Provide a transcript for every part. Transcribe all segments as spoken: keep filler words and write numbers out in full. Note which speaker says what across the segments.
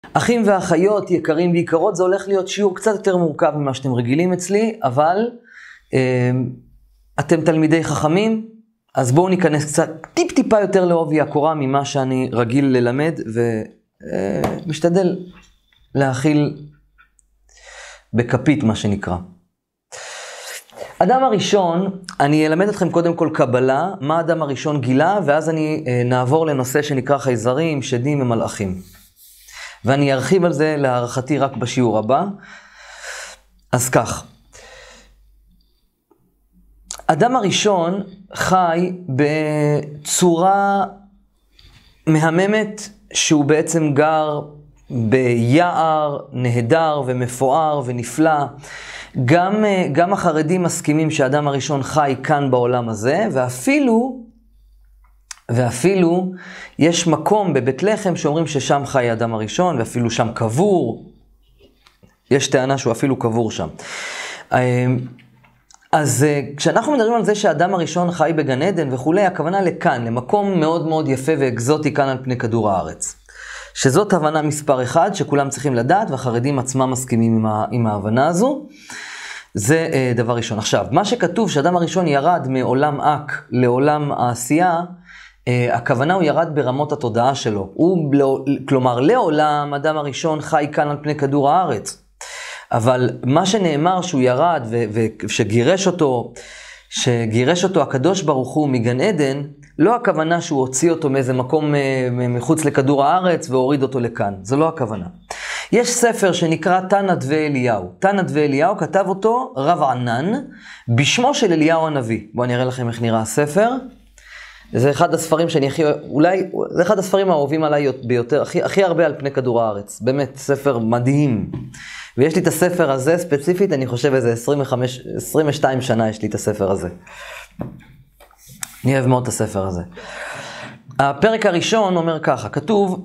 Speaker 1: אחים ואחיות, יקרים ויקרות, זה הולך להיות שיעור קצת יותר מורכב ממה שאתם רגילים אצלי, אבל אה, אתם תלמידי חכמים, אז בואו ניכנס קצת טיפ טיפה יותר לעובי הקורה ממה שאני רגיל ללמד, ומשתדל אה, להכיל בכפית מה שנקרא. אדם הראשון, אני אלמד אתכם קודם כל קבלה, מה אדם הראשון גילה, ואז אני אה, נעבור לנושא שנקרא חייזרים, שדים ומלאכים. ואני ארחיב על זה להערכתי רק בשיעור הבא. אז כך, אדם הראשון חי בצורה מהממת, שהוא בעצם גר ביער נהדר ומפואר ונפלא. גם, גם החרדים מסכימים שהאדם הראשון חי כאן בעולם הזה, ואפילו, ואפילו יש מקום בבית לחם שאומרים ששם חי האדם הראשון, ואפילו שם קבור. יש טענה שהוא אפילו קבור שם. אז כשאנחנו מדברים על זה שהאדם הראשון חי בגן עדן וכולי, הכוונה לכאן, למקום מאוד מאוד יפה ואקזוטי כאן על פני כדור הארץ. שזאת הבנה מספר אחד שכולם צריכים לדעת, והחרדים עצמם מסכימים עם, ה, עם ההבנה הזו. זה אה, דבר ראשון. עכשיו, מה שכתוב שהאדם הראשון ירד מעולם אק לעולם העשייה, אה, הכוונה הוא ירד ברמות התודעה שלו. הוא, לא, כלומר, לעולם האדם הראשון חי כאן על פני כדור הארץ. אבל מה שנאמר שהוא ירד ושגירש אותו, שגירש אותו הקדוש ברוך הוא מגן עדן, לא הכוונה שהוא הוציא אותו מאיזה מקום מחוץ לכדור הארץ והוריד אותו לכאן. זו לא הכוונה. יש ספר שנקרא תנא דבי אליהו. תנא דבי אליהו כתב אותו רב ענן בשמו של אליהו הנביא. בואו אני אראה לכם איך נראה הספר. זה אחד הספרים שאני הכי, אולי, זה אחד הספרים האהובים עליי ביותר, הכי, הכי הרבה על פני כדור הארץ. באמת ספר מדהים. ויש לי את הספר הזה ספציפית, אני חושב איזה עשרים וחמש, עשרים ושתיים שנה יש לי את הספר הזה. אני אוהב מאוד את הספר הזה. הפרק הראשון אומר ככה, כתוב,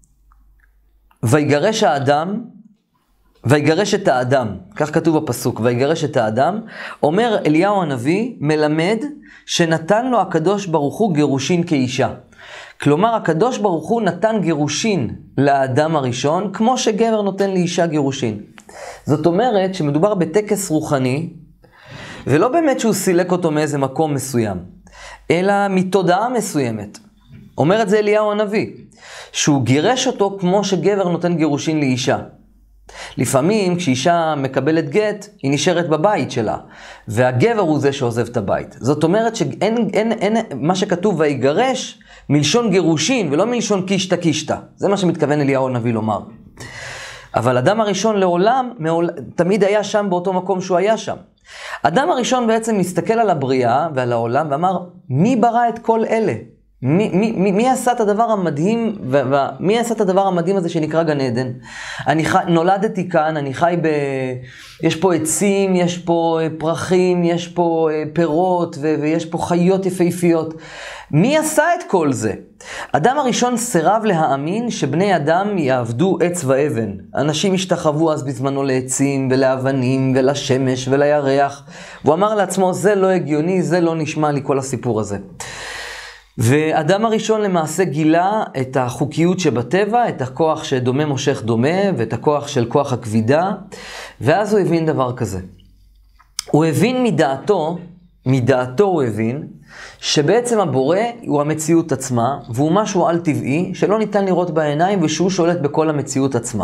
Speaker 1: ויגרש האדם, ויגרש את האדם, כך כתוב בפסוק, ויגרש את האדם, אומר אליהו הנביא, מלמד שנתן לו הקדוש ברוך הוא גירושין כאישה. כלומר, הקדוש ברוך הוא נתן גירושין לאדם הראשון, כמו שגבר נותן לאישה גירושין. זאת אומרת שמדובר בטקס רוחני, ולא באמת שהוא סילק אותו מאיזה מקום מסוים, אלא מתודעה מסוימת. אומר את זה אליהו הנביא, שהוא גירש אותו כמו שגבר נותן גירושין לאישה. לפעמים כשאישה מקבלת גט, היא נשארת בבית שלה, והגבר הוא זה שעוזב את הבית. זאת אומרת שאין, אין, אין, מה שכתוב ויגרש, מלשון גירושין ולא מלשון קישטה קישטה. זה מה שמתכוון אליהו הנביא לומר. אבל אדם הראשון לעולם, מעול... תמיד היה שם באותו מקום שהוא היה שם. אדם הראשון בעצם מסתכל על הבריאה ועל העולם ואמר, מי ברא את כל אלה? מי, מי, מי, מי עשה את הדבר המדהים, ומי עשה את הדבר המדהים הזה שנקרא גן עדן? אני חי, נולדתי כאן, אני חי ב... יש פה עצים, יש פה פרחים, יש פה פירות, ו, ויש פה חיות יפהפיות. מי עשה את כל זה? אדם הראשון סירב להאמין שבני אדם יעבדו עץ ואבן. אנשים השתחוו אז בזמנו לעצים ולאבנים ולשמש ולירח. הוא אמר לעצמו, זה לא הגיוני, זה לא נשמע לי כל הסיפור הזה. ואדם הראשון למעשה גילה את החוקיות שבטבע, את הכוח שדומה מושך דומה, ואת הכוח של כוח הכבידה, ואז הוא הבין דבר כזה. הוא הבין מדעתו, מדעתו הוא הבין, שבעצם הבורא הוא המציאות עצמה, והוא משהו על טבעי, שלא ניתן לראות בעיניים, ושהוא שולט בכל המציאות עצמה.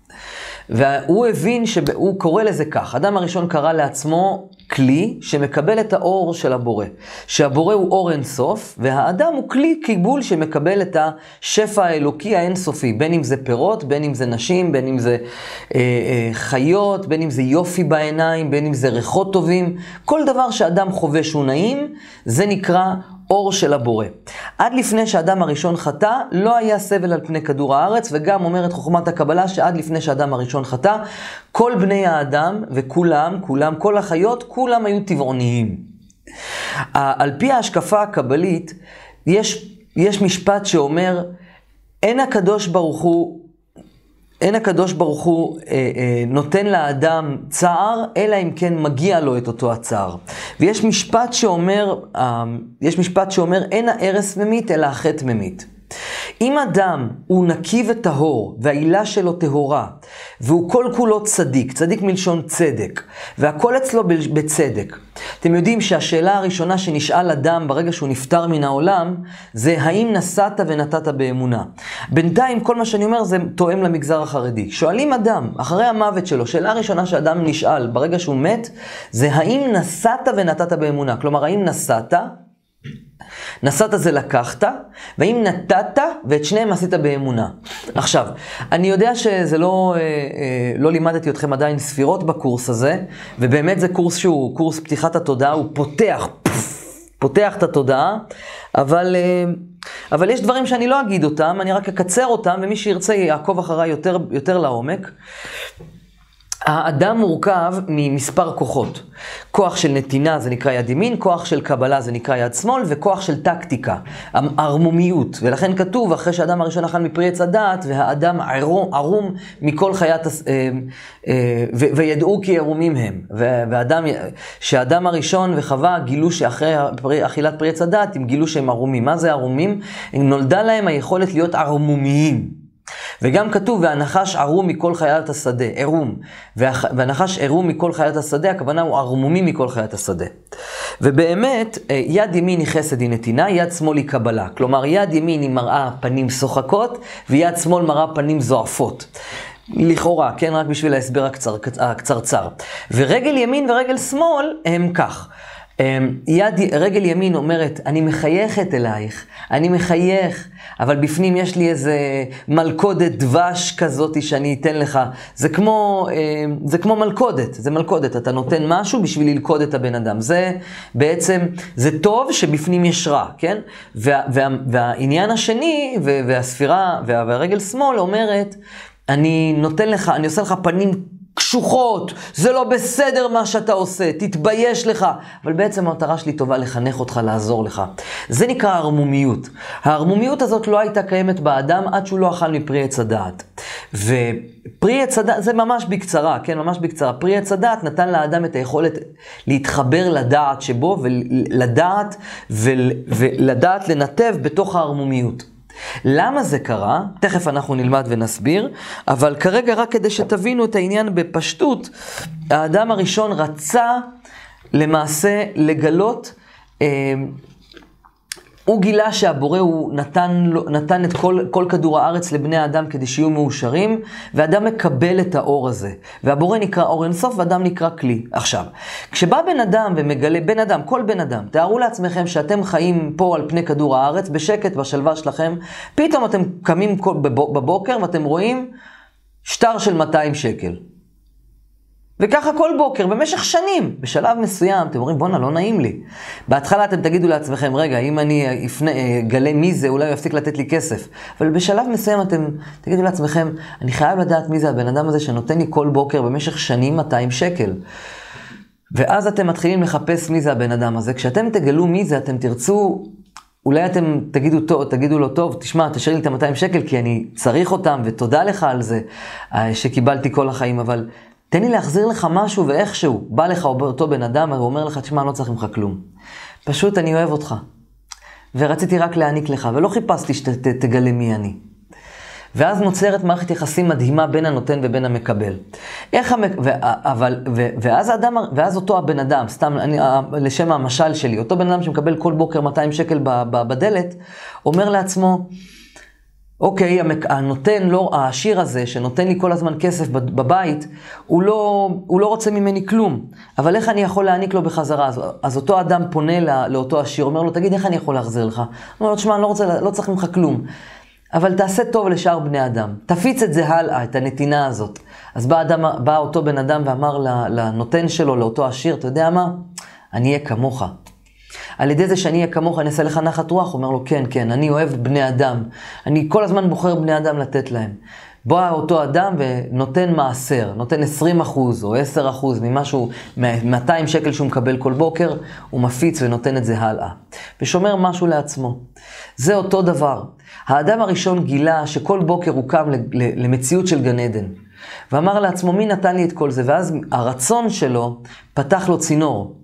Speaker 1: והוא הבין שהוא קורא לזה כך, אדם הראשון קרא לעצמו כלי שמקבל את האור של הבורא. שהבורא הוא אור אינסוף, והאדם הוא כלי קיבול שמקבל את השפע האלוקי האינסופי, בין אם זה פירות, בין אם זה נשים, בין אם זה אה, אה, חיות, בין אם זה יופי בעיניים, בין אם זה ריחות טובים. כל דבר שאדם חווה שהוא נעים, זה נקרא אור של הבורא. עד לפני שאדם הראשון חטא, לא היה סבל על פני כדור הארץ, וגם אומרת חוכמת הקבלה שעד לפני שאדם הראשון חטא, כל בני האדם וכולם, כולם, כל החיות, כולם היו טבעוניים. על פי ההשקפה הקבלית, יש, יש משפט שאומר, אין הקדוש ברוך הוא, אין הקדוש ברוך הוא אה, אה, נותן לאדם צער, אלא אם כן מגיע לו את אותו הצער. ויש משפט שאומר, אה, יש משפט שאומר, אין הארס ממית, אלא החטא ממית. אם אדם הוא נקי וטהור, והעילה שלו טהורה, והוא כל כולו צדיק, צדיק מלשון צדק, והכל אצלו בצדק. אתם יודעים שהשאלה הראשונה שנשאל אדם ברגע שהוא נפטר מן העולם, זה האם נסעת ונתת באמונה. בינתיים כל מה שאני אומר זה תואם למגזר החרדי. שואלים אדם, אחרי המוות שלו, שאלה הראשונה שאדם נשאל ברגע שהוא מת, זה האם נסעת ונתת באמונה. כלומר, האם נסעת, נסעת זה לקחת, והאם נתת, ואת שניהם עשית באמונה. עכשיו, אני יודע שזה לא, לא לימדתי אתכם עדיין ספירות בקורס הזה, ובאמת זה קורס שהוא קורס פתיחת התודעה, הוא פותח, פותח את התודעה, אבל, אבל יש דברים שאני לא אגיד אותם, אני רק אקצר אותם, ומי שירצה יעקוב אחריי יותר, יותר לעומק. האדם מורכב ממספר כוחות. כוח של נתינה זה נקרא יד ימין, כוח של קבלה זה נקרא יד שמאל, וכוח של טקטיקה, ערמומיות. ולכן כתוב, אחרי שהאדם הראשון אכל מפרי עץ הדעת, והאדם ערום, ערום מכל חיית, וידעו כי ערומים הם. והאדם, שהאדם הראשון וחווה גילו שאחרי אכילת פרי עץ הדעת, הם גילו שהם ערומים. מה זה ערומים? נולדה להם היכולת להיות ערמומיים. וגם כתוב, והנחש ערום מכל חיית השדה, ערום. והנחש ערום מכל חיית השדה, הכוונה הוא ערמומי מכל חיית השדה. ובאמת, יד ימין היא חסד היא נתינה, יד שמאל היא קבלה. כלומר, יד ימין היא מראה פנים שוחקות, ויד שמאל מראה פנים זועפות. לכאורה, כן? רק בשביל ההסבר הקצר, הקצרצר. ורגל ימין ורגל שמאל הם כך. יד, רגל ימין אומרת, אני מחייכת אלייך, אני מחייך, אבל בפנים יש לי איזה מלכודת דבש כזאת שאני אתן לך. זה כמו, זה כמו מלכודת, זה מלכודת, אתה נותן משהו בשביל ללכוד את הבן אדם. זה בעצם, זה טוב שבפנים יש רע, כן? וה, וה, והעניין השני, והספירה, והרגל שמאל אומרת, אני נותן לך, אני עושה לך פנים קשוחות, זה לא בסדר מה שאתה עושה, תתבייש לך. אבל בעצם המטרה שלי טובה לחנך אותך, לעזור לך. זה נקרא הערמומיות. הערמומיות הזאת לא הייתה קיימת באדם עד שהוא לא אכל מפרי עץ הדעת. ופרי עץ הדעת, זה ממש בקצרה, כן, ממש בקצרה. פרי עץ הדעת נתן לאדם את היכולת להתחבר לדעת שבו, ולדעת, ולדעת לנתב בתוך הערמומיות. למה זה קרה? תכף אנחנו נלמד ונסביר, אבל כרגע רק כדי שתבינו את העניין בפשטות, האדם הראשון רצה למעשה לגלות, אה, הוא גילה שהבורא הוא נתן, נתן את כל, כל כדור הארץ לבני האדם כדי שיהיו מאושרים, ואדם מקבל את האור הזה. והבורא נקרא אור אינסוף, ואדם נקרא כלי. עכשיו, כשבא בן אדם ומגלה, בן אדם, כל בן אדם, תארו לעצמכם שאתם חיים פה על פני כדור הארץ, בשקט, בשלווה שלכם, פתאום אתם קמים בבוקר ואתם רואים שטר של מאתיים שקל. וככה כל בוקר, במשך שנים, בשלב מסוים, אתם אומרים, בונה, לא נעים לי. בהתחלה אתם תגידו לעצמכם, רגע, אם אני אפנה, גלה מי זה, אולי הוא יפסיק לתת לי כסף. אבל בשלב מסוים אתם תגידו לעצמכם, אני חייב לדעת מי זה הבן אדם הזה שנותן לי כל בוקר במשך שנים מאתיים שקל. ואז אתם מתחילים לחפש מי זה הבן אדם הזה. כשאתם תגלו מי זה, אתם תרצו, אולי אתם תגידו, טוב, תגידו לו, טוב, תשמע, תשאיר לי את ה-מאתיים שקל, כי אני צריך אותם, ותודה לך על זה, שקיבלתי כל החיים, אבל תן לי להחזיר לך משהו ואיכשהו, בא לך אותו בן אדם, הוא אומר לך, תשמע, אני לא צריך ממך כלום. פשוט אני אוהב אותך. ורציתי רק להעניק לך, ולא חיפשתי שתגלה מי אני. ואז נוצרת מערכת יחסים מדהימה בין הנותן ובין המקבל. איך המק... ו... אבל... ו... ואז, האדם... ואז אותו הבן אדם, סתם אני... לשם המשל שלי, אותו בן אדם שמקבל כל בוקר מאתיים שקל בדלת, אומר לעצמו, אוקיי, הנותן, לא, העשיר הזה שנותן לי כל הזמן כסף בבית, הוא לא, הוא לא רוצה ממני כלום. אבל איך אני יכול להעניק לו בחזרה? אז, אז אותו אדם פונה לא, לאותו עשיר, אומר לו, תגיד, איך אני יכול להחזיר לך? הוא אומר לו, תשמע, אני לא רוצה, לא צריך ממך כלום. אבל תעשה טוב לשאר בני אדם. תפיץ את זה הלאה, את הנתינה הזאת. אז בא, אדם, בא אותו בן אדם ואמר לנותן שלו, לאותו עשיר, אתה יודע מה? אני אהיה כמוך. על ידי זה שאני אהיה כמוך, אני אעשה לך נחת רוח, הוא אומר לו, כן, כן, אני אוהב בני אדם. אני כל הזמן בוחר בני אדם לתת להם. בא אותו אדם ונותן מעשר, נותן עשרים אחוז או עשרה אחוז ממשהו, מאתיים שקל שהוא מקבל כל בוקר, הוא מפיץ ונותן את זה הלאה. ושומר משהו לעצמו. זה אותו דבר. האדם הראשון גילה שכל בוקר הוא קם למציאות של גן עדן. ואמר לעצמו, מי נתן לי את כל זה? ואז הרצון שלו פתח לו צינור.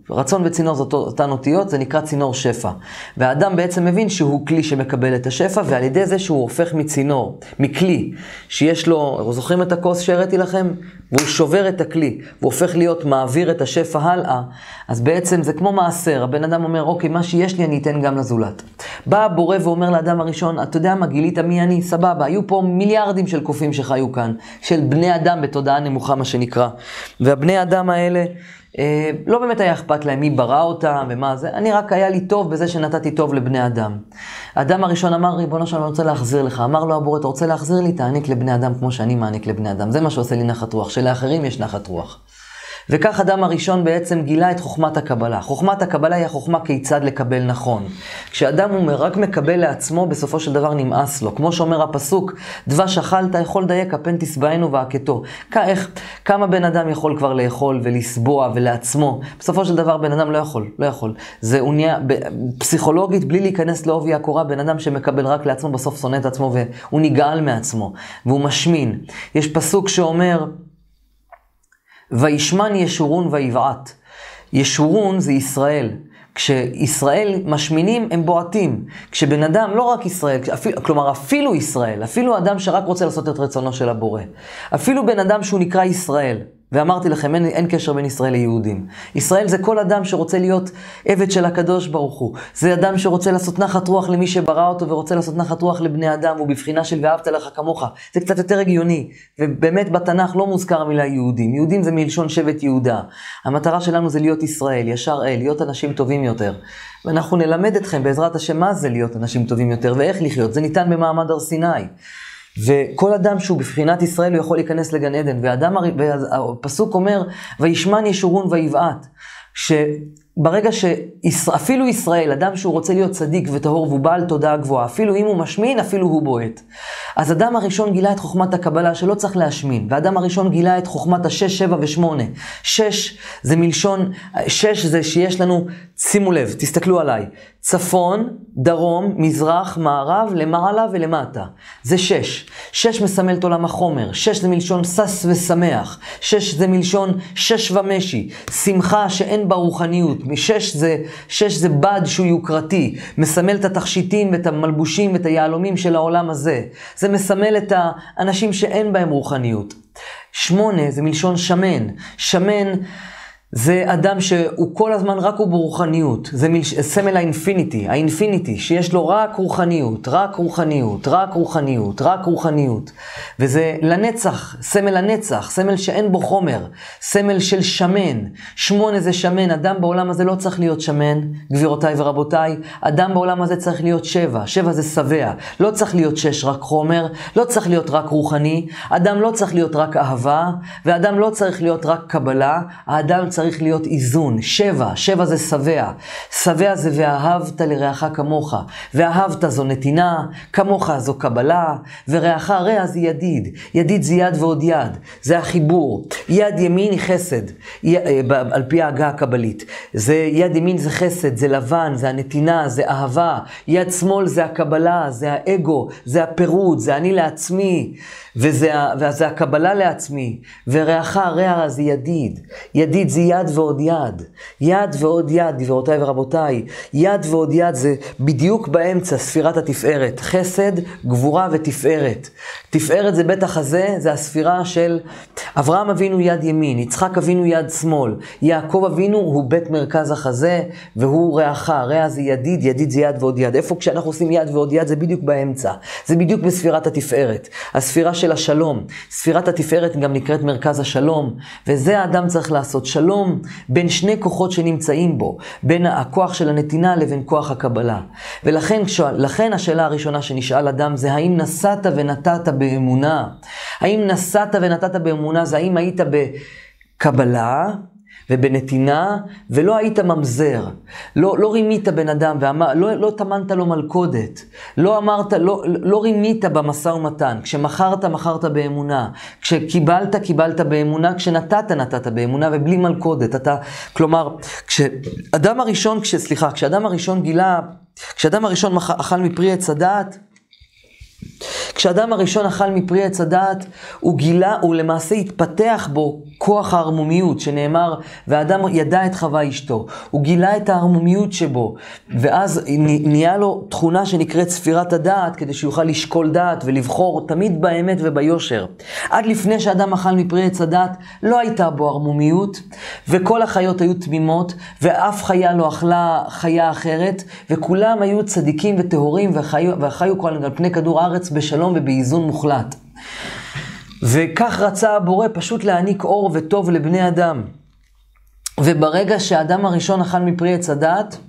Speaker 1: רצון וצינור זה אותן אותיות, זה נקרא צינור שפע. והאדם בעצם מבין שהוא כלי שמקבל את השפע, ועל ידי זה שהוא הופך מצינור, מכלי, שיש לו, זוכרים את הכוס שהראיתי לכם? והוא שובר את הכלי, והוא הופך להיות מעביר את השפע הלאה, אז בעצם זה כמו מעשר, הבן אדם אומר, אוקיי, מה שיש לי אני אתן גם לזולת. בא הבורא ואומר לאדם הראשון, אתה יודע מה, גילית מי אני? סבבה, היו פה מיליארדים של קופים שחיו כאן, של בני אדם בתודעה נמוכה מה שנקרא. והבני אדם האלה, אה, לא באמת היה אכפת להם מי ברא אותם ומה זה, אני רק היה לי טוב בזה שנתתי טוב לבני אדם. האדם הראשון אמר, ריבונו שלום, אני רוצה להחזיר לך. אמר לו הבורא, אתה רוצה להחזיר לי? תעניק לבני אדם כמו שאני מעניק לבני אדם. זה מה שעושה לי נחת רוח, שלאחרים יש נחת רוח. וכך אדם הראשון בעצם גילה את חוכמת הקבלה. חוכמת הקבלה היא החוכמה כיצד לקבל נכון. כשאדם הוא רק מקבל לעצמו, בסופו של דבר נמאס לו. כמו שאומר הפסוק, דבש אכלת, יכול דייק, הפן תשבענו והכתו. איך, כמה בן אדם יכול כבר לאכול ולסבוע ולעצמו? בסופו של דבר בן אדם לא יכול, לא יכול. זה עוניה, פסיכולוגית, בלי להיכנס לעובי הקורה, בן אדם שמקבל רק לעצמו, בסוף שונא את עצמו והוא נגעל מעצמו. והוא משמין. יש פסוק שאומר, וישמן ישורון ויבעט. ישורון זה ישראל. כשישראל משמינים הם בועטים. כשבן אדם, לא רק ישראל, אפילו, כלומר אפילו ישראל, אפילו אדם שרק רוצה לעשות את רצונו של הבורא. אפילו בן אדם שהוא נקרא ישראל. ואמרתי לכם, אין, אין קשר בין ישראל ליהודים. ישראל זה כל אדם שרוצה להיות עבד של הקדוש ברוך הוא. זה אדם שרוצה לעשות נחת רוח למי שברא אותו, ורוצה לעשות נחת רוח לבני אדם, הוא בבחינה של ואהבת לך כמוך. זה קצת יותר הגיוני. ובאמת בתנ"ך לא מוזכר המילה יהודים. יהודים זה מלשון שבט יהודה. המטרה שלנו זה להיות ישראל, ישר אל, להיות אנשים טובים יותר. ואנחנו נלמד אתכם בעזרת השם מה זה להיות אנשים טובים יותר, ואיך לחיות. זה ניתן במעמד הר סיני. וכל אדם שהוא בבחינת ישראל הוא יכול להיכנס לגן עדן, והאדם, והפסוק אומר, וישמן ישורון ויבעט, שברגע שאפילו ישראל, אדם שהוא רוצה להיות צדיק וטהור והוא בעל תודעה גבוהה, אפילו אם הוא משמין, אפילו הוא בועט. אז אדם הראשון גילה את חוכמת הקבלה שלא צריך להשמין, ואדם הראשון גילה את חוכמת השש, שבע ושמונה. שש זה מלשון, שש זה שיש לנו, שימו לב, תסתכלו עליי, צפון, דרום, מזרח, מערב, למעלה ולמטה. זה שש. שש מסמל את עולם החומר. שש זה מלשון סס ושמח. שש זה מלשון שש ומשי. שמחה שאין בה רוחניות. משש זה, שש זה בד שהוא יוקרתי. מסמל את התכשיטים ואת המלבושים ואת היעלומים של העולם הזה. זה מסמל את האנשים שאין בהם רוחניות. שמונה זה מלשון שמן. שמן זה אדם שהוא כל הזמן רק הוא ברוחניות. זה מלש... סמל האינפיניטי, האינפיניטי, שיש לו רק רוחניות, רק רוחניות, רק רוחניות, רק רוחניות. וזה לנצח, סמל הנצח, סמל שאין בו חומר, סמל של שמן. שמונה זה שמן, אדם בעולם הזה לא צריך להיות שמן, גבירותיי ורבותיי, אדם בעולם הזה צריך להיות שבע, שבע זה שבע, לא צריך להיות שש רק חומר, לא צריך להיות רק רוחני, אדם לא צריך להיות רק אהבה, ואדם לא צריך להיות רק קבלה, האדם צריך להיות איזון. שבע, שבע זה שבע. שבע זה ואהבת לרעך כמוך. ואהבת זו נתינה, כמוך זו קבלה, ורעך רע זה ידיד. ידיד זה יד ועוד יד. זה החיבור. יד ימין היא חסד, על פי ההגה הקבלית. זה, יד ימין זה חסד, זה לבן, זה הנתינה, זה אהבה. יד שמאל זה הקבלה, זה האגו, זה הפירוד, זה אני לעצמי, וזה, וזה הקבלה לעצמי. ורעך רע זה ידיד. ידיד זה יד ועוד יד. יד ועוד יד, גבירותיי ורבותיי. יד ועוד יד זה בדיוק באמצע ספירת התפארת. חסד, גבורה ותפארת. תפארת זה בית החזה, זה הספירה של אברהם אבינו יד ימין, יצחק אבינו יד שמאל, יעקב אבינו הוא בית מרכז החזה, והוא רעך, רע זה ידיד, ידיד זה יד ועוד יד. איפה כשאנחנו עושים יד ועוד יד? זה בדיוק באמצע. זה בדיוק בספירת התפארת. הספירה של השלום. ספירת התפארת גם נקראת מרכז השלום, וזה האדם צריך לעשות. שלום בין שני כוחות שנמצאים בו, בין הכוח של הנתינה לבין כוח הקבלה. ולכן לכן השאלה הראשונה שנשאל אדם זה האם נסעת ונתת באמונה. האם נסעת ונתת באמונה זה האם היית בקבלה ובנתינה ולא היית ממזר. לא, לא רימית בן אדם, ואמר, לא, לא תמנת לו מלכודת. לא אמרת, לא, לא רימית במשא ומתן. כשמכרת, מכרת באמונה. כשקיבלת, קיבלת באמונה. כשנתת, נתת באמונה ובלי מלכודת. אתה, כלומר, כשאדם הראשון, כש, סליחה, כשאדם הראשון גילה, כשאדם הראשון אכל מפרי עץ הדעת, כשאדם הראשון אכל מפרי עץ הדעת, הוא גילה, הוא למעשה התפתח בו כוח הערמומיות, שנאמר, והאדם ידע את חווה אשתו. הוא גילה את הערמומיות שבו, ואז נהיה לו תכונה שנקראת ספירת הדעת, כדי שיוכל לשקול דעת ולבחור תמיד באמת וביושר. עד לפני שאדם אכל מפרי עץ הדעת, לא הייתה בו ערמומיות, וכל החיות היו תמימות, ואף חיה לא אכלה חיה אחרת, וכולם היו צדיקים וטהורים, וחיו, וחיו כל על פני כדור הארץ בשלום ובאיזון מוחלט. וכך רצה הבורא פשוט להעניק אור וטוב לבני אדם. וברגע שהאדם הראשון אכל מפרי עץ הדעת,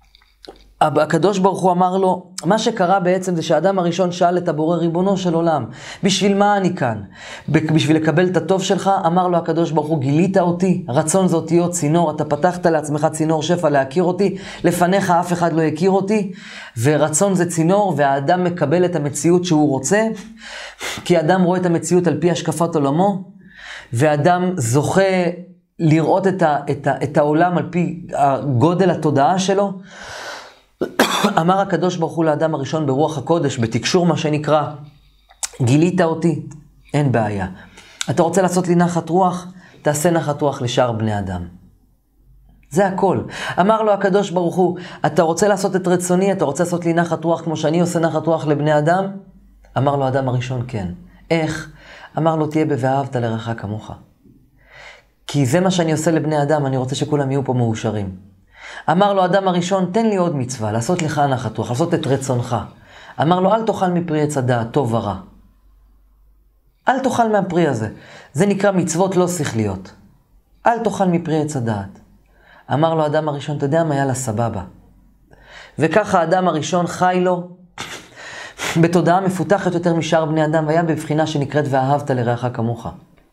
Speaker 1: הקדוש ברוך הוא אמר לו, מה שקרה בעצם זה שהאדם הראשון שאל את הבורא, ריבונו של עולם, בשביל מה אני כאן? בשביל לקבל את הטוב שלך? אמר לו הקדוש ברוך הוא, גילית אותי, רצון זה אותיות צינור, אתה פתחת לעצמך צינור שפע להכיר אותי, לפניך אף אחד לא הכיר אותי, ורצון זה צינור, והאדם מקבל את המציאות שהוא רוצה, כי האדם רואה את המציאות על פי השקפת עולמו, והאדם זוכה לראות את, ה, את, ה, את העולם על פי גודל התודעה שלו. אמר הקדוש ברוך הוא לאדם הראשון ברוח הקודש, בתקשור מה שנקרא, גילית אותי, אין בעיה. אתה רוצה לעשות לי נחת רוח? תעשה נחת רוח לשאר בני אדם. זה הכל. אמר לו הקדוש ברוך הוא, אתה רוצה לעשות את רצוני, אתה רוצה לעשות לי נחת רוח כמו שאני עושה נחת רוח לבני אדם? אמר לו האדם הראשון, כן. איך? אמר לו, תהיה ב"ואהבת לרעך כמוך". כי זה מה שאני עושה לבני אדם, אני רוצה שכולם יהיו פה מאושרים. אמר לו אדם הראשון, תן לי עוד מצווה, לעשות לך נחת רוח, לעשות את רצונך. אמר לו, אל תאכל מפרי עץ הדעת, טוב ורע. אל תאכל מהפרי הזה. זה נקרא מצוות לא שכליות. אל תאכל מפרי עץ הדעת. אמר לו אדם הראשון, אתה יודע מה, יאללה סבבה. וככה האדם הראשון חי לו בתודעה מפותחת יותר משאר בני אדם, והיה בבחינה שנקראת ואהבת לרעך כמוך.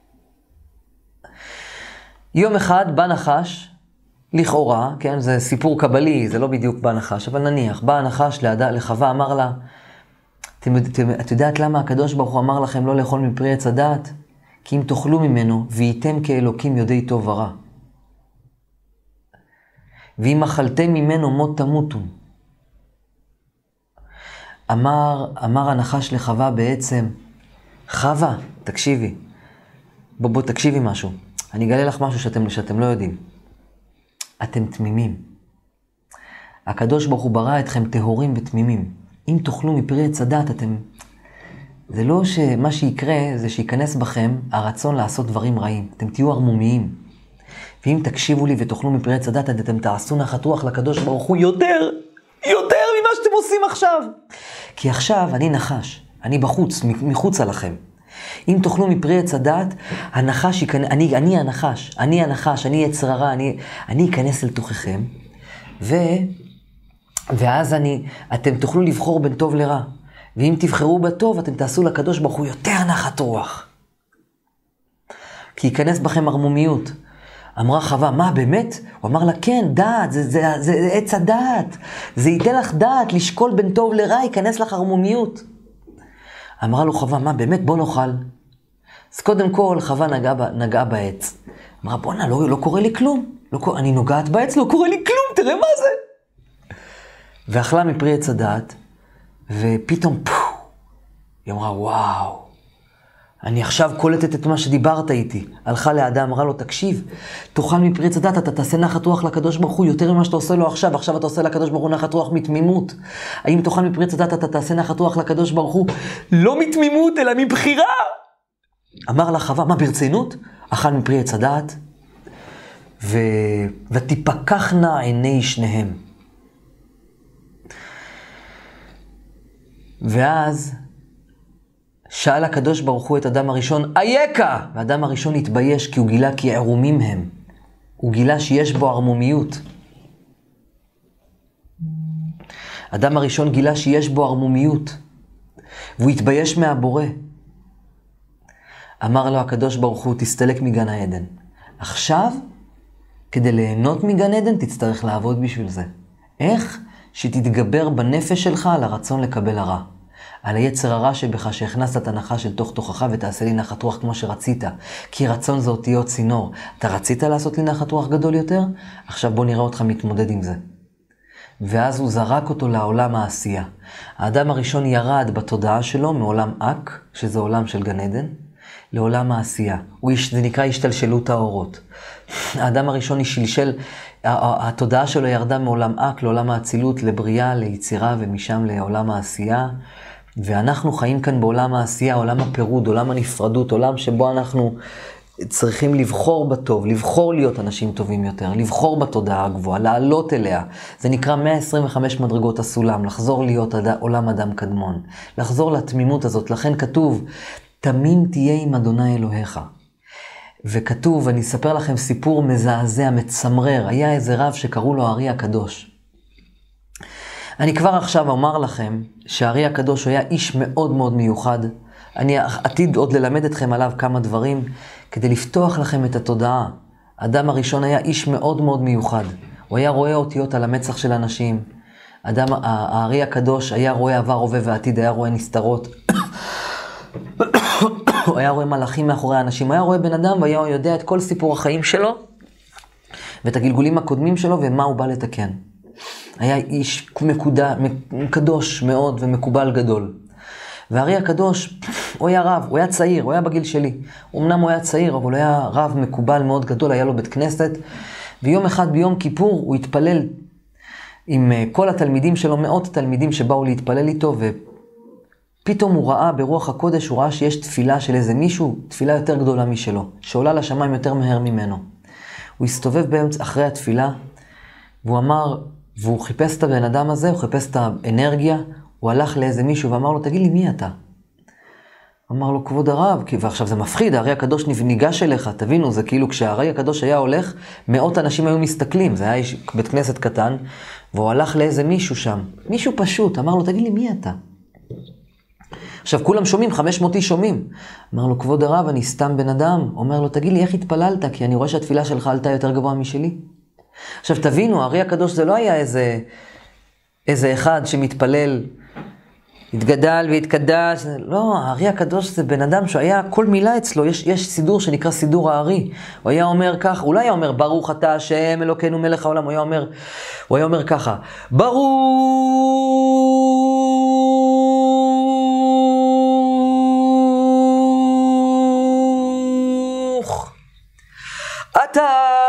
Speaker 1: יום אחד בא נחש, לכאורה, כן, זה סיפור קבלי, זה לא בדיוק בא נחש, אבל נניח, בא נחש לחווה, אמר לה, את יודעת למה הקדוש ברוך הוא אמר לכם לא לאכול מפרי עץ הדעת? כי אם תאכלו ממנו, והייתם כאלוקים יודעי טוב ורע. ואם אכלתם ממנו מות תמותו. אמר, אמר הנחש לחווה בעצם, חווה, תקשיבי, בוא, בוא תקשיבי משהו. אני אגלה לך משהו שאתם, שאתם לא יודעים. אתם תמימים. הקדוש ברוך הוא ברא אתכם טהורים ותמימים. אם תאכלו מפרי עץ הדעת, אתם... זה לא שמה שיקרה זה שיכנס בכם הרצון לעשות דברים רעים. אתם תהיו ערמומיים. ואם תקשיבו לי ותאכלו מפרי עץ הדעת, אתם תעשו נחת רוח לקדוש ברוך הוא יותר, יותר ממה שאתם עושים עכשיו. כי עכשיו אני נחש. אני בחוץ, מחוץ עליכם. אם תאכלו מפרי עץ הדעת, הנחש ייכנס, אני, אני הנחש, אני הנחש, אני יצר הרע, אני, אני אכנס אל תוככם, ו, ואז אני, אתם תוכלו לבחור בין טוב לרע. ואם תבחרו בטוב, אתם תעשו לקדוש ברוך הוא יותר נחת רוח. כי ייכנס בכם ערמומיות. אמרה חווה, מה באמת? הוא אמר לה, כן, דעת, זה, זה, זה, זה עץ הדעת. זה ייתן לך דעת, לשקול בין טוב לרע, ייכנס לך ערמומיות. אמרה לו חווה, מה באמת? בוא נאכל. אז קודם כל חווה נגעה, נגעה בעץ. אמרה, בוא'נה, לא, לא קורה לי כלום. לא, אני נוגעת בעץ, לא קורה לי כלום, תראה מה זה. ואכלה מפרי עץ הדעת, ופתאום, פו, היא אמרה, וואו, אני עכשיו קולטת את מה שדיברת איתי. הלכה לאדם, אמרה לו, תקשיב, תאכל מפרי עץ הדעת, אתה תעשה נחת רוח לקדוש ברוך הוא יותר ממה שאתה עושה לו עכשיו, עכשיו אתה עושה לקדוש ברוך הוא נחת רוח מתמימות. האם תאכל מפרי עץ הדעת, אתה תעשה נחת רוח לקדוש ברוך הוא לא מתמימות, אלא מבחירה? אמר לה חווה, מה ברצינות? אכל מפרי עץ הדעת, ו... ותפקחנה עיני שניהם. ואז שאל הקדוש ברוך הוא את אדם הראשון, אייכה! והאדם הראשון התבייש כי הוא גילה כי ערומים הם. הוא גילה שיש בו ערמומיות. אדם הראשון גילה שיש בו ערמומיות. והוא התבייש מהבורא. אמר לו הקדוש ברוך הוא, תסתלק מגן העדן. עכשיו, כדי ליהנות מגן עדן, תצטרך לעבוד בשביל זה. איך? שתתגבר בנפש שלך על הרצון לקבל הרע. על היצר הרע שבך שהכנסת את הנחש של תוך תוכך ותעשה לי נחת רוח כמו שרצית. כי רצון זה אותיות צינור. אתה רצית לעשות לי נחת רוח גדול יותר? עכשיו בוא נראה אותך מתמודד עם זה. ואז הוא זרק אותו לעולם העשייה. האדם הראשון ירד בתודעה שלו מעולם אק, שזה עולם של גן עדן, לעולם העשייה. זה נקרא השתלשלות האורות. האדם הראשון השלשל, התודעה שלו ירדה מעולם אק לעולם האצילות, לבריאה, ליצירה, ומשם לעולם העשייה. ואנחנו חיים כאן בעולם העשייה, עולם הפירוד, עולם הנפרדות, עולם שבו אנחנו צריכים לבחור בטוב, לבחור להיות אנשים טובים יותר, לבחור בתודעה הגבוהה, לעלות אליה. זה נקרא מאה עשרים וחמש מדרגות הסולם, לחזור להיות עד, עולם אדם קדמון, לחזור לתמימות הזאת. לכן כתוב, תמים תהיה עם אדוני אלוהיך. וכתוב, אני אספר לכם סיפור מזעזע, מצמרר. היה איזה רב שקראו לו הארי הקדוש. אני כבר עכשיו אומר לכם שהארי הקדוש היה איש מאוד מאוד מיוחד. אני עתיד עוד ללמד אתכם עליו כמה דברים, כדי לפתוח לכם את התודעה. האדם הראשון היה איש מאוד מאוד מיוחד. הוא היה רואה אותיות על המצח של אנשים. האדם, הארי הקדוש היה רואה עבר, הווה ועתיד, היה רואה נסתרות. הוא היה רואה מלאכים מאחורי האנשים. הוא היה רואה בן אדם והיה יודע את כל סיפור החיים שלו, ואת הגלגולים הקודמים שלו ומה הוא בא לתקן. היה איש מקודש, קדוש מאוד ומקובל גדול. והארי הקדוש, הוא היה רב, הוא היה צעיר, הוא היה בגיל שלי. אמנם הוא היה צעיר, אבל הוא היה רב מקובל מאוד גדול, היה לו בית כנסת. ויום אחד ביום כיפור הוא התפלל עם כל התלמידים שלו, מאות תלמידים שבאו להתפלל איתו, ופתאום הוא ראה ברוח הקודש, הוא ראה שיש תפילה של איזה מישהו, תפילה יותר גדולה משלו, שעולה לשמיים יותר מהר ממנו. הוא הסתובב באמצע אחרי התפילה, והוא אמר, והוא חיפש את הבן אדם הזה, הוא חיפש את האנרגיה, הוא הלך לאיזה מישהו ואמר לו, תגיד לי, מי אתה? אמר לו, כבוד הרב, ועכשיו זה מפחיד, הארי הקדוש ניגש אליך, תבינו, זה כאילו כשהארי הקדוש היה הולך, מאות אנשים היו מסתכלים, זה היה בית כנסת קטן, והוא הלך לאיזה מישהו שם, מישהו פשוט, אמר לו, תגיד לי, מי אתה? עכשיו, כולם שומעים, חמש מאות איש שומעים. אמר לו, כבוד הרב, אני סתם בן אדם. אומר לו, תגיד לי, איך התפללת? כי אני רואה שהתפילה שלך עלתה יותר גבוה משלי. עכשיו, תבינו, הארי הקדוש זה לא היה איזה, איזה אחד שמתפלל, התגדל והתקדש. לא, הארי הקדוש זה בן אדם שהיה, כל מילה אצלו, יש, יש סידור שנקרא סידור הארי. הוא היה אומר כך, הוא לא היה אומר, ברוך אתה השם אלוקינו מלך העולם. הוא היה אומר, הוא היה אומר ככה, ברוך אתה.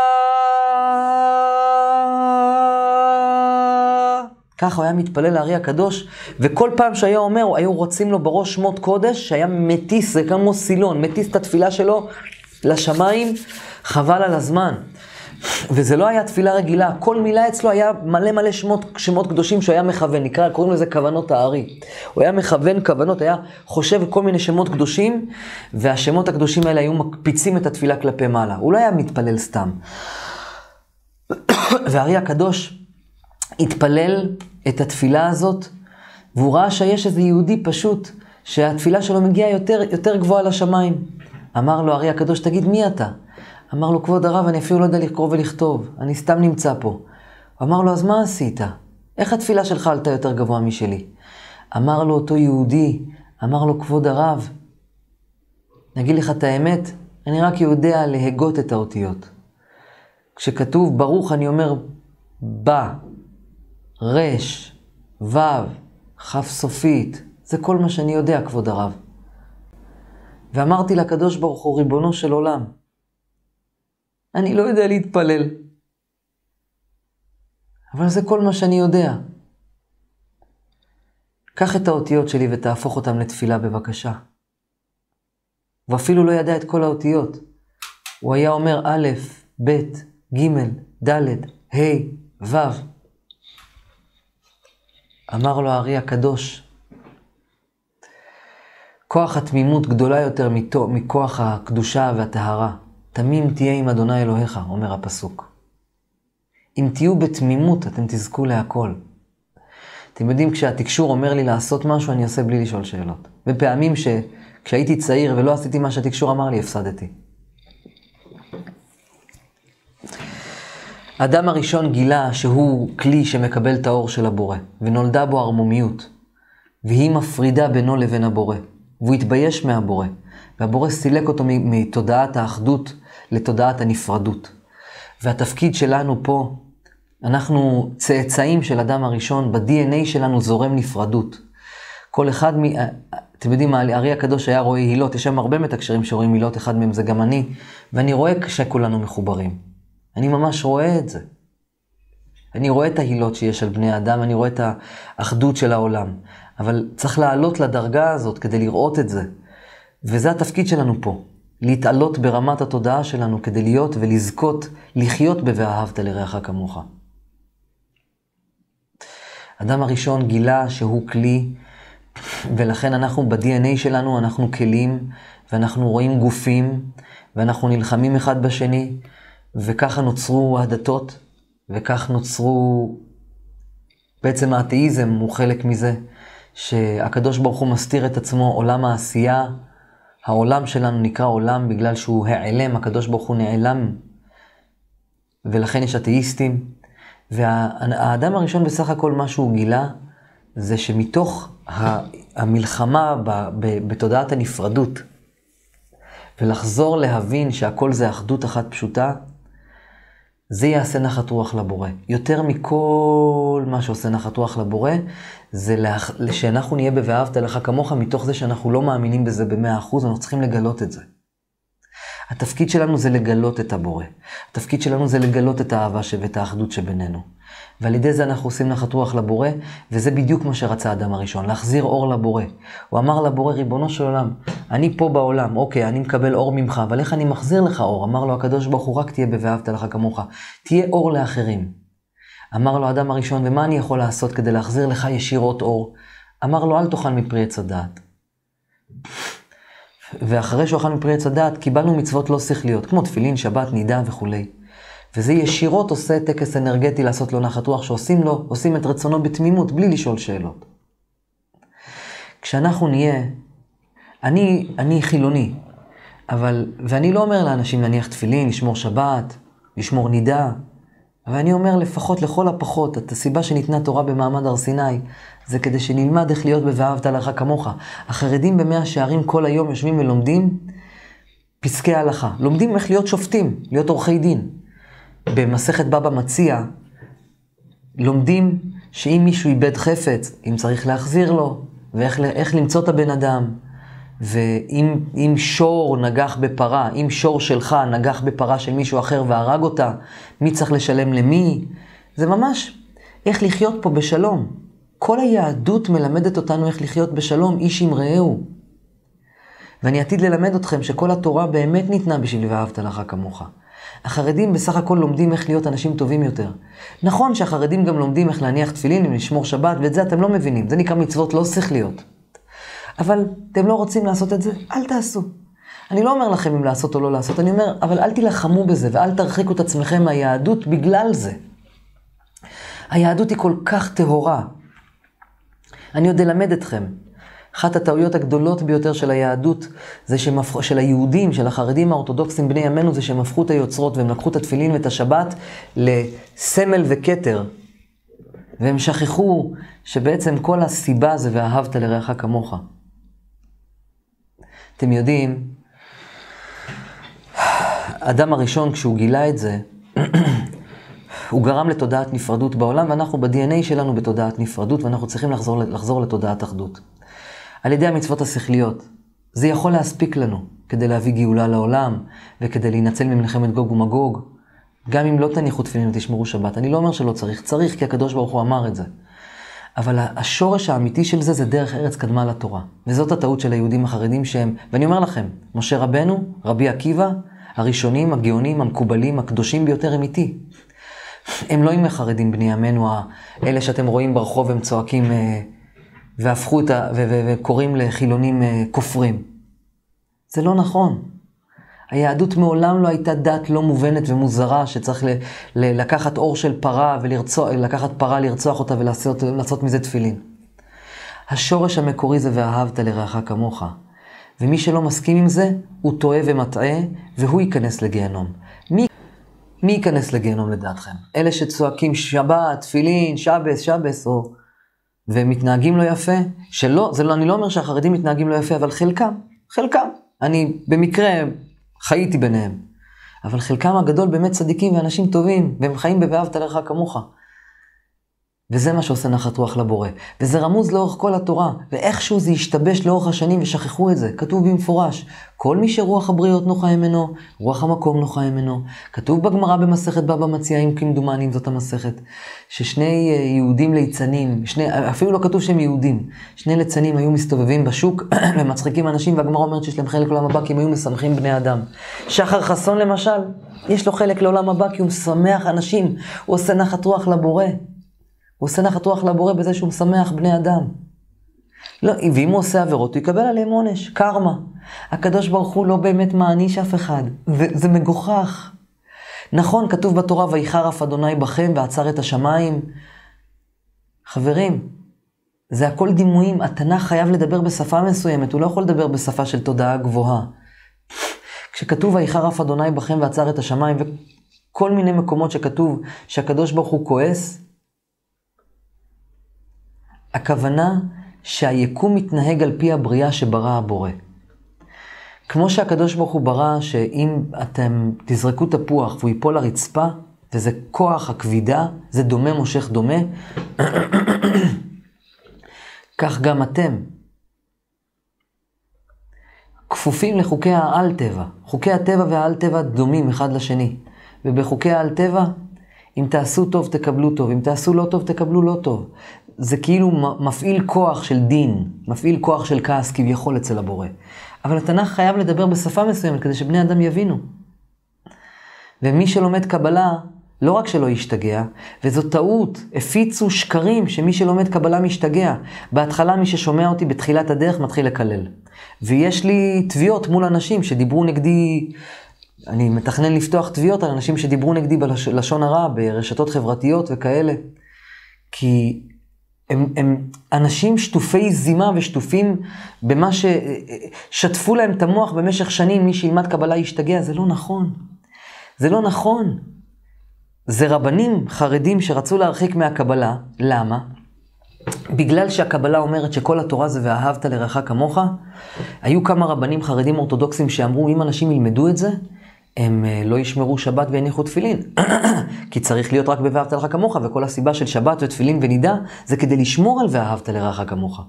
Speaker 1: ככה הוא היה מתפלל לארי הקדוש, וכל פעם שהיה אומר, היו רוצים לו בראש שמות קודש, שהיה מטיס, זה כמו סילון, מטיס את התפילה שלו לשמיים, חבל על הזמן. וזה לא היה תפילה רגילה, כל מילה אצלו היה מלא מלא שמות, שמות קדושים שהוא היה מכוון, נקרא, קוראים לזה כוונות הארי. הוא היה מכוון כוונות, היה חושב כל מיני שמות קדושים, והשמות הקדושים האלה היו מקפיצים את התפילה כלפי מעלה. הוא לא היה מתפלל סתם. והארי הקדוש התפלל את התפילה הזאת, והוא ראה שיש איזה יהודי פשוט, שהתפילה שלו מגיעה יותר, יותר גבוהה לשמיים. אמר לו הארי הקדוש, תגיד, מי אתה? אמר לו, כבוד הרב, אני אפילו לא יודע לקרוא ולכתוב, אני סתם נמצא פה. אמר לו, אז מה עשית? איך התפילה שלך עלתה יותר גבוה משלי? אמר לו אותו יהודי, אמר לו, כבוד הרב, נגיד לך את האמת, אני רק יודע להגות את האותיות. כשכתוב ברוך, אני אומר, בא, רש, וו, חף סופית, זה כל מה שאני יודע, כבוד הרב. ואמרתי לקדוש ברוך הוא, ריבונו של עולם, אני לא יודע להתפלל, אבל זה כל מה שאני יודע. קח את האותיות שלי ותהפוך אותם לתפילה בבקשה. ואפילו לא ידע את כל האותיות. הוא היה אומר א', ב', ג', ד', ה', ו'. אמר לו הארי הקדוש, כוח התמימות גדולה יותר מכוח הקדושה והטהרה. תמים תהיה עם אדוני אלוהיך, אומר הפסוק. אם תהיו בתמימות, אתם תזכו להכל. אתם יודעים, כשהתקשור אומר לי לעשות משהו, אני עושה בלי לשאול שאלות. בפעמים שכשהייתי צעיר ולא עשיתי מה שהתקשור אמר לי, הפסדתי. האדם הראשון גילה שהוא כלי שמקבל את האור של הבורא, ונולדה בו ערמומיות, והיא מפרידה בינו לבין הבורא, והוא התבייש מהבורא, והבורא סילק אותו מתודעת האחדות לתודעת הנפרדות. והתפקיד שלנו פה אנחנו צאצאים של אדם הראשון, ב-די אן איי שלנו זורם נפרדות. כל אחד מ... אתם יודעים, הארי הקדוש היה רואה הילות, יש שם הרבה מתקשרים שרואים הילות, אחד מהם זה גם אני, ואני רואה שכולנו מחוברים. אני ממש רואה את זה. אני רואה את ההילות שיש על בני האדם, אני רואה את האחדות של העולם. אבל צריך לעלות לדרגה הזאת כדי לראות את זה. וזה התפקיד שלנו פה. להתעלות ברמת התודעה שלנו כדי להיות ולזכות לחיות ב"ואהבת לרעך כמוך". אדם הראשון גילה שהוא כלי, ולכן אנחנו ב-די אן איי שלנו, אנחנו כלים, ואנחנו רואים גופים, ואנחנו נלחמים אחד בשני, וככה נוצרו הדתות, וכך נוצרו, בעצם האתאיזם הוא חלק מזה, שהקדוש ברוך הוא מסתיר את עצמו, עולם העשייה, העולם שלנו נקרא עולם בגלל שהוא העלם, הקדוש ברוך הוא נעלם, ולכן יש אתאיסטים, והאדם הראשון בסך הכל מה שהוא גילה, זה שמתוך המלחמה בתודעת הנפרדות, ולחזור להבין שהכל זה אחדות אחת פשוטה, זה יעשה נחת רוח לבורא. יותר מכל מה שעושה נחת רוח לבורא, זה להח... שאנחנו נהיה ב"ואהבת לך כמוך", מתוך זה שאנחנו לא מאמינים בזה ב-מאה אחוז, אנחנו צריכים לגלות את זה. התפקיד שלנו זה לגלות את הבורא. התפקיד שלנו זה לגלות את האהבה ואת האחדות שבינינו. ועל ידי זה אנחנו עושים נחת רוח לבורא, וזה בדיוק מה שרצה האדם הראשון, להחזיר אור לבורא. הוא אמר לבורא, ריבונו של עולם, אני פה בעולם, אוקיי, אני מקבל אור ממך, אבל איך אני מחזיר לך אור? אמר לו הקדוש ברוך הוא, רק תהיה ב"ואהבת לך כמוך", תהיה אור לאחרים. אמר לו האדם הראשון, ומה אני יכול לעשות כדי להחזיר לך ישירות אור? אמר לו, אל תאכל מפרי עץ הדעת. ואחרי שהוא אכל מפרי עץ הדעת, קיבלנו מצוות לא שכליות, כמו תפילין, שבת, נידה וכו'. וזה ישירות עושה טקס אנרגטי לעשות לו נחת רוח, שעושים לו, עושים את רצונו בתמימות, בלי לשאול שאלות. כשאנחנו נהיה, אני, אני חילוני, אבל, ואני לא אומר לאנשים להניח תפילין, לשמור שבת, לשמור נידה, אבל אני אומר לפחות לכל הפחות, את הסיבה שניתנה תורה במעמד הר סיני, זה כדי שנלמד איך להיות ב"ואהבת לך כמוך". החרדים במאה שערים כל היום יושבים ולומדים פסקי הלכה. לומדים איך להיות שופטים, להיות עורכי דין. במסכת בבא מציע, לומדים שאם מישהו איבד חפץ, אם צריך להחזיר לו, ואיך איך למצוא את הבן אדם, ואם אם שור נגח בפרה, אם שור שלך נגח בפרה של מישהו אחר והרג אותה, מי צריך לשלם למי? זה ממש איך לחיות פה בשלום. כל היהדות מלמדת אותנו איך לחיות בשלום, איש עם רעהו. ואני עתיד ללמד אתכם שכל התורה באמת ניתנה בשביל "ואהבת לך כמוך". החרדים בסך הכל לומדים איך להיות אנשים טובים יותר. נכון שהחרדים גם לומדים איך להניח תפילין, לשמור שבת, ואת זה אתם לא מבינים. זה נקרא מצוות לא שכליות. אבל אתם לא רוצים לעשות את זה? אל תעשו. אני לא אומר לכם אם לעשות או לא לעשות, אני אומר, אבל אל תילחמו בזה, ואל תרחיקו את עצמכם מהיהדות בגלל זה. היהדות היא כל כך טהורה. אני עוד אלמד אתכם. אחת הטעויות הגדולות ביותר של היהדות, זה שמפח... של היהודים, של החרדים האורתודוקסים בני ימינו, זה שהם הפכו את היוצרות, והם לקחו את התפילין ואת השבת לסמל וכתר. והם שכחו שבעצם כל הסיבה זה "ואהבת לרעך כמוך". אתם יודעים, האדם הראשון כשהוא גילה את זה, הוא גרם לתודעת נפרדות בעולם, ואנחנו ב-די אן איי שלנו בתודעת נפרדות, ואנחנו צריכים לחזור, לחזור לתודעת אחדות. על ידי המצוות השכליות. זה יכול להספיק לנו כדי להביא גאולה לעולם, וכדי להינצל ממלחמת גוג ומגוג. גם אם לא תניחו תפילין ותשמרו שבת. אני לא אומר שלא צריך, צריך כי הקדוש ברוך הוא אמר את זה. אבל השורש האמיתי של זה זה דרך ארץ קדמה לתורה. וזאת הטעות של היהודים החרדים שהם, ואני אומר לכם, משה רבנו, רבי עקיבא, הראשונים, הגאונים, המקובלים, הקדושים ביותר הם איתי. הם לא עם החרדים בני ימינו, אלה שאתם רואים ברחוב הם צועקים והפכו את ה... וקוראים לחילונים כופרים. זה לא נכון. היהדות מעולם לא הייתה דת לא מובנת ומוזרה שצריך ל... ל... לקחת אור של פרה ולרצוח, לקחת פרה לרצוח אותה ולעשות לעשות מזה תפילין. השורש המקורי זה "ואהבת לרעך כמוך". ומי שלא מסכים עם זה, הוא טועה ומטעה, והוא ייכנס לגיהנום. מי, מי ייכנס לגיהנום לדעתכם? אלה שצועקים שבת, תפילין, שבס, שבס, או... ומתנהגים לא יפה? שלא, זה לא, אני לא אומר שהחרדים מתנהגים לא יפה, אבל חלקם, חלקם. אני במקרה חייתי ביניהם. אבל חלקם הגדול באמת צדיקים ואנשים טובים, והם חיים ב"ואהבת לרעך כמוך". וזה מה שעושה נחת רוח לבורא. וזה רמוז לאורך כל התורה, ואיכשהו זה השתבש לאורך השנים ושכחו את זה. כתוב במפורש, כל מי שרוח הבריות נוחה ממנו, רוח המקום נוחה ממנו. כתוב בגמרא במסכת בבא מציעא, כמדומני אם זאת המסכת, ששני יהודים ליצנים, שני, אפילו לא כתוב שהם יהודים, שני ליצנים היו מסתובבים בשוק ומצחיקים אנשים, והגמרא אומרת שיש להם חלק לעולם הבא, כי הם היו משמחים בני אדם. שחר חסון למשל, יש לו חלק לעולם הבא, כי הוא משמח אנשים, הוא עושה נחת רוח לבורא. הוא עושה נחת רוח לבורא בזה שהוא משמח בני אדם. לא, ואם הוא עושה עבירות, הוא יקבל עליהם עונש, קרמה. הקדוש ברוך הוא לא באמת מעניש אף אחד. זה, זה מגוחך. נכון, כתוב בתורה, ויחר אף אדוני בכם ועצר את השמיים. חברים, זה הכל דימויים. התנ"ך חייב לדבר בשפה מסוימת, הוא לא יכול לדבר בשפה של תודעה גבוהה. כשכתוב ויחר אף אדוני בכם ועצר את השמיים, וכל מיני מקומות שכתוב שהקדוש ברוך הוא כועס, הכוונה שהיקום מתנהג על פי הבריאה שברא הבורא. כמו שהקדוש ברוך הוא ברא שאם אתם תזרקו תפוח והוא ייפול לרצפה, וזה כוח הכבידה, זה דומה מושך דומה, כך גם אתם כפופים לחוקי העל טבע. חוקי הטבע והעל טבע דומים אחד לשני. ובחוקי העל טבע, אם תעשו טוב תקבלו טוב, אם תעשו לא טוב תקבלו לא טוב. זה כאילו מפעיל כוח של דין, מפעיל כוח של כעס כביכול אצל הבורא. אבל התנ"ך חייב לדבר בשפה מסוימת כדי שבני אדם יבינו. ומי שלומד קבלה, לא רק שלא ישתגע, וזו טעות, הפיצו שקרים שמי שלומד קבלה משתגע. בהתחלה מי ששומע אותי בתחילת הדרך מתחיל לקלל. ויש לי תביעות מול אנשים שדיברו נגדי, אני מתכנן לפתוח תביעות על אנשים שדיברו נגדי בלשון הרע, ברשתות חברתיות וכאלה. כי הם, הם אנשים שטופי זימה ושטופים במה ששטפו להם את המוח במשך שנים, מי שילמד קבלה ישתגע, זה לא נכון. זה לא נכון. זה רבנים חרדים שרצו להרחיק מהקבלה. למה? בגלל שהקבלה אומרת שכל התורה זה ואהבת לרעך כמוך. היו כמה רבנים חרדים אורתודוקסים שאמרו, אם אנשים ילמדו את זה, הם לא ישמרו שבת ויניחו תפילין. כי צריך להיות רק ב"ואהבת לרעך כמוך, וכל הסיבה של שבת ותפילין ונידה, זה כדי לשמור על ואהבת לרעך כמוך.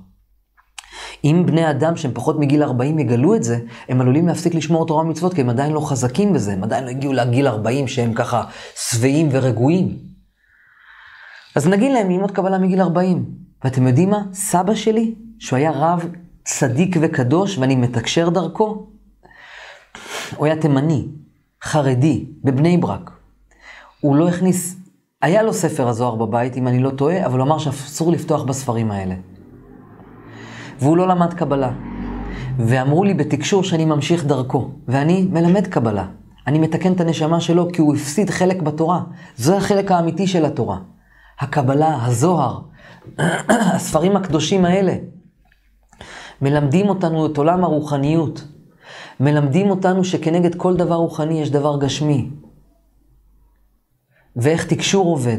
Speaker 1: אם בני אדם שהם פחות מגיל ארבעים יגלו את זה, הם עלולים להפסיק לשמור תורה ומצוות, כי הם עדיין לא חזקים בזה, הם עדיין לא הגיעו לגיל ארבעים שהם ככה שבעים ורגועים. אז נגיד להם ללמוד קבלה מגיל ארבעים. ואתם יודעים מה? סבא שלי, שהוא היה רב צדיק וקדוש, ואני מתקשר דרכו, הוא היה תימני, חרדי, בבני ברק. הוא לא הכניס, היה לו ספר הזוהר בבית, אם אני לא טועה, אבל הוא אמר שאסור לפתוח בספרים האלה. והוא לא למד קבלה. ואמרו לי בתקשור שאני ממשיך דרכו, ואני מלמד קבלה. אני מתקן את הנשמה שלו, כי הוא הפסיד חלק בתורה. זה החלק האמיתי של התורה. הקבלה, הזוהר, הספרים הקדושים האלה, מלמדים אותנו את עולם הרוחניות. מלמדים אותנו שכנגד כל דבר רוחני יש דבר גשמי. ואיך תקשור עובד.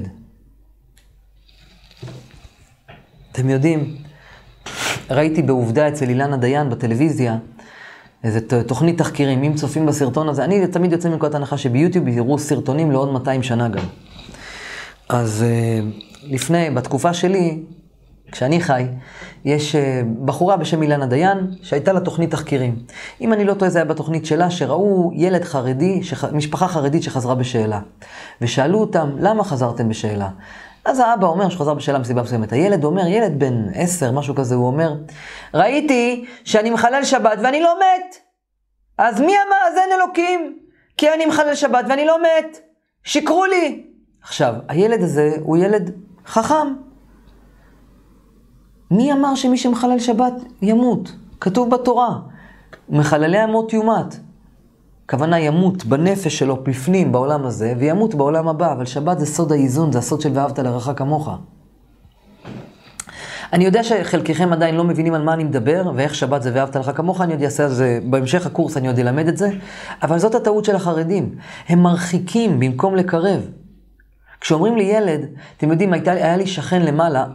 Speaker 1: אתם יודעים, ראיתי בעובדה אצל אילנה דיין בטלוויזיה, איזו תוכנית תחקירים, אם צופים בסרטון הזה, אני תמיד יוצא מנקודת הנחה שביוטיוב יראו סרטונים לעוד מאתיים שנה גם. אז לפני, בתקופה שלי, כשאני חי, יש בחורה בשם אילנה דיין, שהייתה לה תוכנית תחקירים. אם אני לא טועה, זה היה בתוכנית שלה, שראו ילד חרדי, שח... משפחה חרדית שחזרה בשאלה. ושאלו אותם, למה חזרתם בשאלה? אז האבא אומר שחזר בשאלה מסיבה מסוימת. הילד אומר, ילד בן עשר, משהו כזה, הוא אומר, ראיתי שאני מחלל שבת ואני לא מת. אז מי אמר, אז אין אלוקים? כי אני מחלל שבת ואני לא מת. שיקרו לי. עכשיו, הילד הזה הוא ילד חכם. מי אמר שמי שמחלל שבת ימות? כתוב בתורה, מחללי המות יומת. הכוונה ימות בנפש שלו בפנים בעולם הזה, וימות בעולם הבא, אבל שבת זה סוד האיזון, זה הסוד של ואהבת לרעך כמוך. אני יודע שחלקכם עדיין לא מבינים על מה אני מדבר, ואיך שבת זה ואהבת לרעך כמוך, אני עוד אעשה את זה, בהמשך הקורס אני עוד אלמד את זה, אבל זאת הטעות של החרדים. הם מרחיקים במקום לקרב. כשאומרים לי ילד, אתם יודעים, הייתה, היה לי שכן למעלה,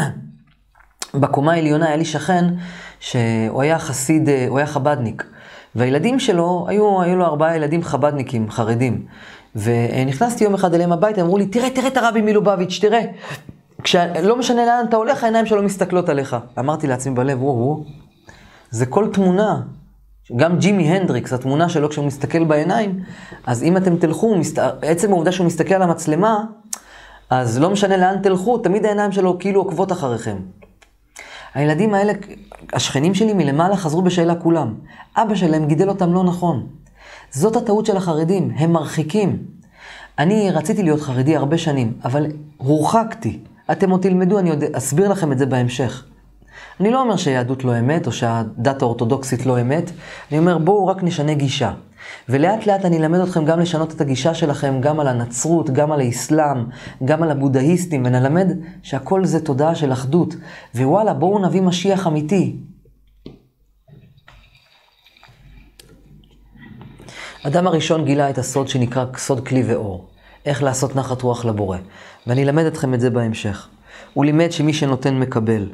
Speaker 1: בקומה העליונה היה לי שכן שהוא היה חסיד, הוא היה חבדניק. והילדים שלו, היו, היו לו ארבעה ילדים חבדניקים, חרדים. ונכנסתי יום אחד אליהם הביתה, אמרו לי, תראה, תראה את הרבי מלובביץ', תראה. כשלא משנה לאן אתה הולך, העיניים שלו מסתכלות עליך. אמרתי לעצמי בלב, וואו, וואו, זה כל תמונה. גם ג'ימי הנדריקס, התמונה שלו כשהוא מסתכל בעיניים, אז אם אתם תלכו, עצם העובדה שהוא מסתכל על המצלמה, אז לא משנה לאן תלכו, תמיד העיניים שלו כאילו עוקבות אחריכם. הילדים האלה, השכנים שלי מלמעלה חזרו בשאלה כולם. אבא שלהם גידל אותם לא נכון. זאת הטעות של החרדים, הם מרחיקים. אני רציתי להיות חרדי הרבה שנים, אבל הורחקתי. אתם עוד תלמדו, אני עוד אסביר לכם את זה בהמשך. אני לא אומר שהיהדות לא אמת, או שהדת האורתודוקסית לא אמת. אני אומר, בואו רק נשנה גישה. ולאט לאט אני אלמד אתכם גם לשנות את הגישה שלכם, גם על הנצרות, גם על האסלאם, גם על הבודהיסטים, ונלמד שהכל זה תודעה של אחדות. ווואלה, בואו נביא משיח אמיתי. אדם הראשון גילה את הסוד שנקרא סוד כלי ואור. איך לעשות נחת רוח לבורא. ואני אלמד אתכם את זה בהמשך. הוא לימד שמי שנותן מקבל.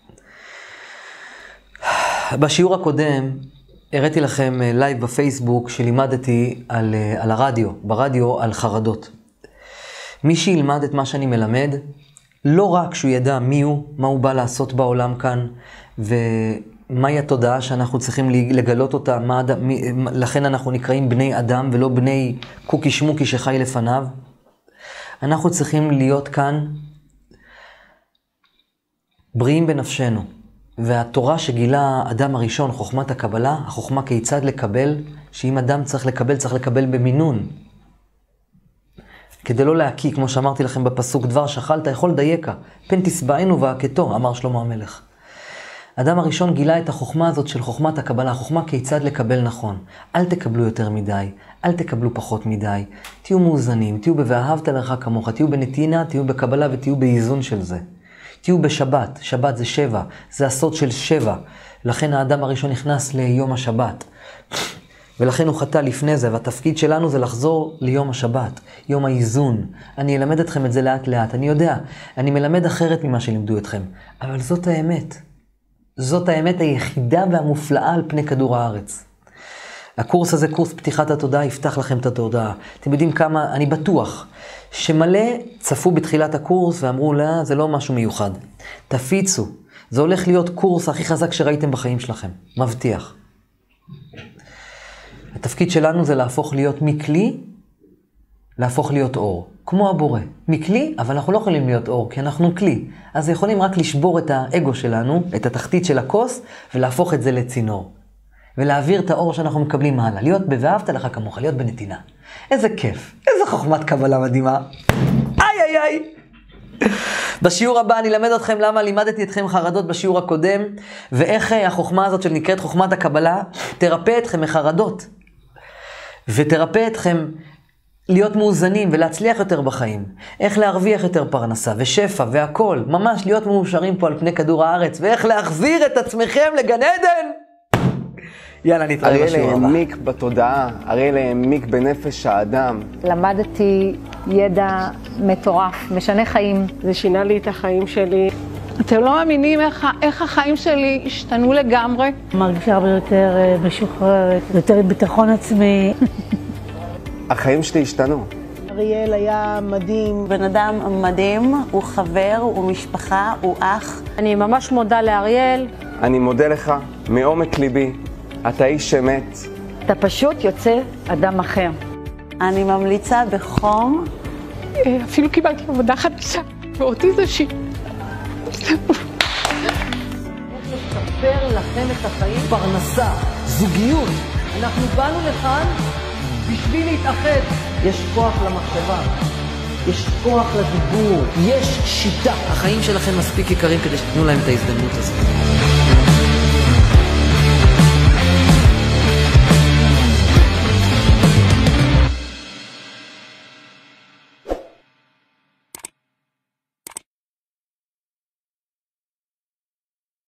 Speaker 1: בשיעור הקודם הראיתי לכם לייב בפייסבוק שלימדתי על, על הרדיו, ברדיו על חרדות. מי שילמד את מה שאני מלמד, לא רק שהוא ידע מי הוא, מה הוא בא לעשות בעולם כאן, ומהי התודעה שאנחנו צריכים לגלות אותה, מה, מי, לכן אנחנו נקראים בני אדם ולא בני קוקי שמוקי שחי לפניו. אנחנו צריכים להיות כאן בריאים בנפשנו. והתורה שגילה האדם הראשון, חוכמת הקבלה, החוכמה כיצד לקבל, שאם אדם צריך לקבל, צריך לקבל במינון. כדי לא להקיא, כמו שאמרתי לכם בפסוק, דבר שחלת, יכול דייקה, פן תשבענו והכתו, אמר שלמה המלך. האדם הראשון גילה את החוכמה הזאת של חוכמת הקבלה, החוכמה כיצד לקבל נכון. אל תקבלו יותר מדי, אל תקבלו פחות מדי, תהיו מאוזנים, תהיו ב"ואהבת לרעך כמוך", תהיו בנתינה, תהיו בקבלה ותהיו באיזון של זה. תהיו בשבת, שבת זה שבע, זה הסוד של שבע. לכן האדם הראשון נכנס ליום השבת. ולכן הוא חטא לפני זה, והתפקיד שלנו זה לחזור ליום השבת, יום האיזון. אני אלמד אתכם את זה לאט לאט, אני יודע, אני מלמד אחרת ממה שלימדו אתכם, אבל זאת האמת. זאת האמת היחידה והמופלאה על פני כדור הארץ. הקורס הזה, קורס פתיחת התודעה, יפתח לכם את התודעה. אתם יודעים כמה, אני בטוח, שמלא צפו בתחילת הקורס ואמרו, לא, זה לא משהו מיוחד. תפיצו, זה הולך להיות קורס הכי חזק שראיתם בחיים שלכם, מבטיח. התפקיד שלנו זה להפוך להיות מכלי, להפוך להיות אור. כמו הבורא. מכלי, אבל אנחנו לא יכולים להיות אור, כי אנחנו כלי. אז יכולים רק לשבור את האגו שלנו, את התחתית של הכוס, ולהפוך את זה לצינור. ולהעביר את האור שאנחנו מקבלים הלאה. להיות ב"ואהבת לך כמוך", להיות בנתינה. איזה כיף, איזה חוכמת קבלה מדהימה. איי איי איי. בשיעור הבא אני אלמד אתכם למה לימדתי אתכם חרדות בשיעור הקודם, ואיך החוכמה הזאת שנקראת חוכמת הקבלה, תרפא אתכם מחרדות. ותרפא אתכם להיות מאוזנים ולהצליח יותר בחיים. איך להרוויח יותר פרנסה ושפע והכל. ממש להיות מאושרים פה על פני כדור הארץ. ואיך להחזיר את עצמכם לגן עדן. יאללה, נתראה בשיעור הבא.
Speaker 2: הרי להעמיק בתודעה, הרי להעמיק בנפש האדם.
Speaker 3: למדתי ידע מטורף, משנה חיים.
Speaker 4: זה שינה לי את החיים שלי. אתם לא מאמינים איך, איך החיים שלי השתנו לגמרי.
Speaker 5: מרגישה הרבה יותר משוחררת, יותר ביטחון עצמי.
Speaker 2: החיים שלי השתנו.
Speaker 6: אריאל היה מדהים.
Speaker 7: בן אדם מדהים, הוא חבר, הוא משפחה, הוא אח.
Speaker 3: אני ממש מודה לאריאל.
Speaker 2: אני מודה לך מעומק ליבי. אתה איש אמת.
Speaker 5: אתה פשוט יוצא אדם אחר.
Speaker 7: אני ממליצה בחום.
Speaker 4: אפילו קיבלתי עבודה חדשה, ואותי זה שי.
Speaker 1: לספר לכם את החיים, פרנסה, זוגיות. אנחנו באנו לכאן בשביל להתאחד. יש כוח למחשבה, יש כוח לדיבור, יש שיטה. החיים שלכם מספיק יקרים כדי שתתנו להם את ההזדמנות הזאת.